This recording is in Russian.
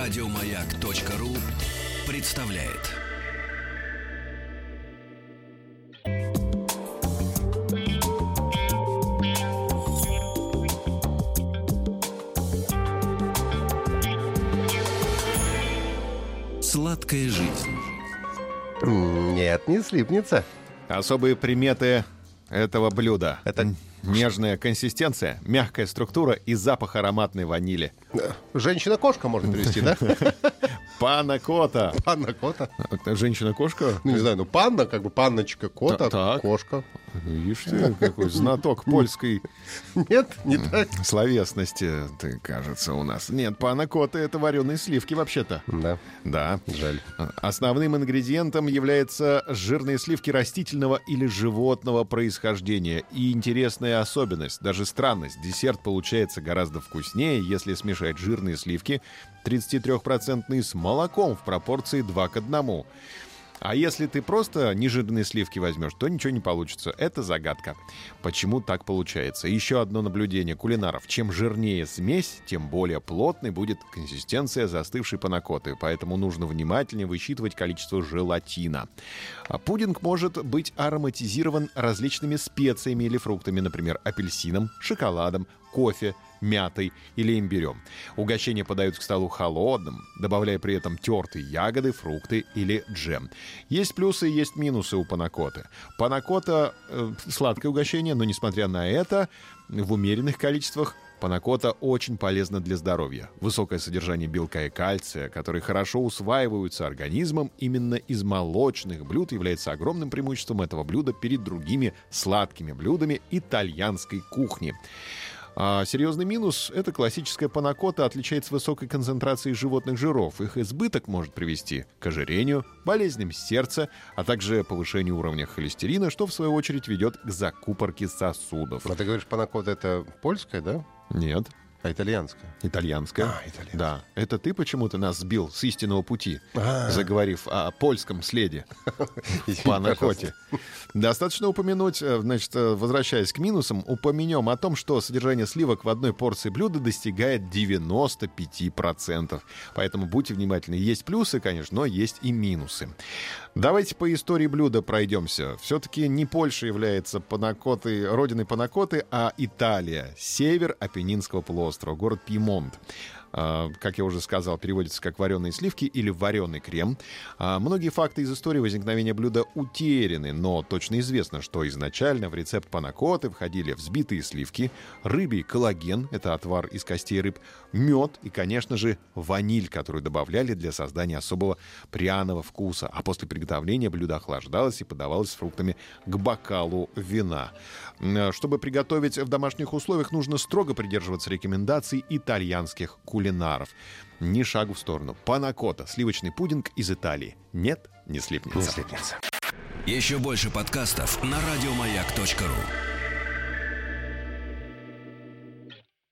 Радиомаяк.ру представляет. Сладкая жизнь. Нет, не слипнется. Особые приметы этого блюда. Это нежная консистенция, мягкая структура и запах ароматной ванили. женщина-кошка можно перевести, да? Панна-кота. Панна-кота. Женщина-кошка? Ну, не знаю, ну панна, как бы панночка, кота, Так. кошка. Видишь ты, какой знаток польской Нет, не так. словесности, ты, кажется, у нас. Нет, панна-кота — это вареные сливки вообще-то. Да, Да. жаль. Основным ингредиентом являются жирные сливки растительного или животного происхождения. И интересная особенность, даже странность, десерт получается гораздо вкуснее, если смешать жирные сливки 33% с молоком в пропорции 2:1. А если ты просто нежирные сливки возьмешь, то ничего не получится. Это загадка. Почему так получается? Еще одно наблюдение кулинаров. Чем жирнее смесь, тем более плотной будет консистенция застывшей панакоты. Поэтому нужно внимательнее высчитывать количество желатина. А пудинг может быть ароматизирован различными специями или фруктами, например, апельсином, шоколадом, кофе, мятой или имбирем. Угощение подают к столу холодным, добавляя при этом тертые ягоды, фрукты или джем. Есть плюсы и есть минусы у панакоты. Панакота сладкое угощение, но несмотря на это, в умеренных количествах панакота очень полезна для здоровья. Высокое содержание белка и кальция, которые хорошо усваиваются организмом именно из молочных блюд, является огромным преимуществом этого блюда перед другими сладкими блюдами итальянской кухни. А серьезный минус — это классическая панакота отличается высокой концентрацией животных жиров. Их избыток может привести к ожирению, болезням сердца, а также повышению уровня холестерина, что в свою очередь ведет к закупорке сосудов. А ты говоришь, панакота это польская, да? Нет. А итальянская? Итальянская. Итальянская. Да. Это ты почему-то нас сбил с истинного пути, заговорив о польском следе в панакоте. Достаточно упомянуть, значит, возвращаясь к минусам, упомянем о том, что содержание сливок в одной порции блюда достигает 95%. Поэтому будьте внимательны. Есть плюсы, конечно, но есть и минусы. Давайте по истории блюда пройдемся. Все-таки не Польша является панакотой, родиной панакоты, а Италия, север Апеннинского полуострова, город Пьемонт. Как я уже сказал, переводится как вареные сливки или вареный крем. Многие факты из истории возникновения блюда утеряны, но точно известно, что изначально в рецепт панакоты входили взбитые сливки, рыбий коллаген, это отвар из костей рыб, мед и, конечно же, ваниль, которую добавляли для создания особого пряного вкуса. А после приготовления блюдо охлаждалось и подавалось с фруктами к бокалу вина. Чтобы приготовить в домашних условиях, нужно строго придерживаться рекомендаций итальянских кулинаров. Ни шагу в сторону. Панакота, сливочный пудинг из Италии. Нет, не слипнется. Не слипнется. Еще больше подкастов на радиомаяк.ру.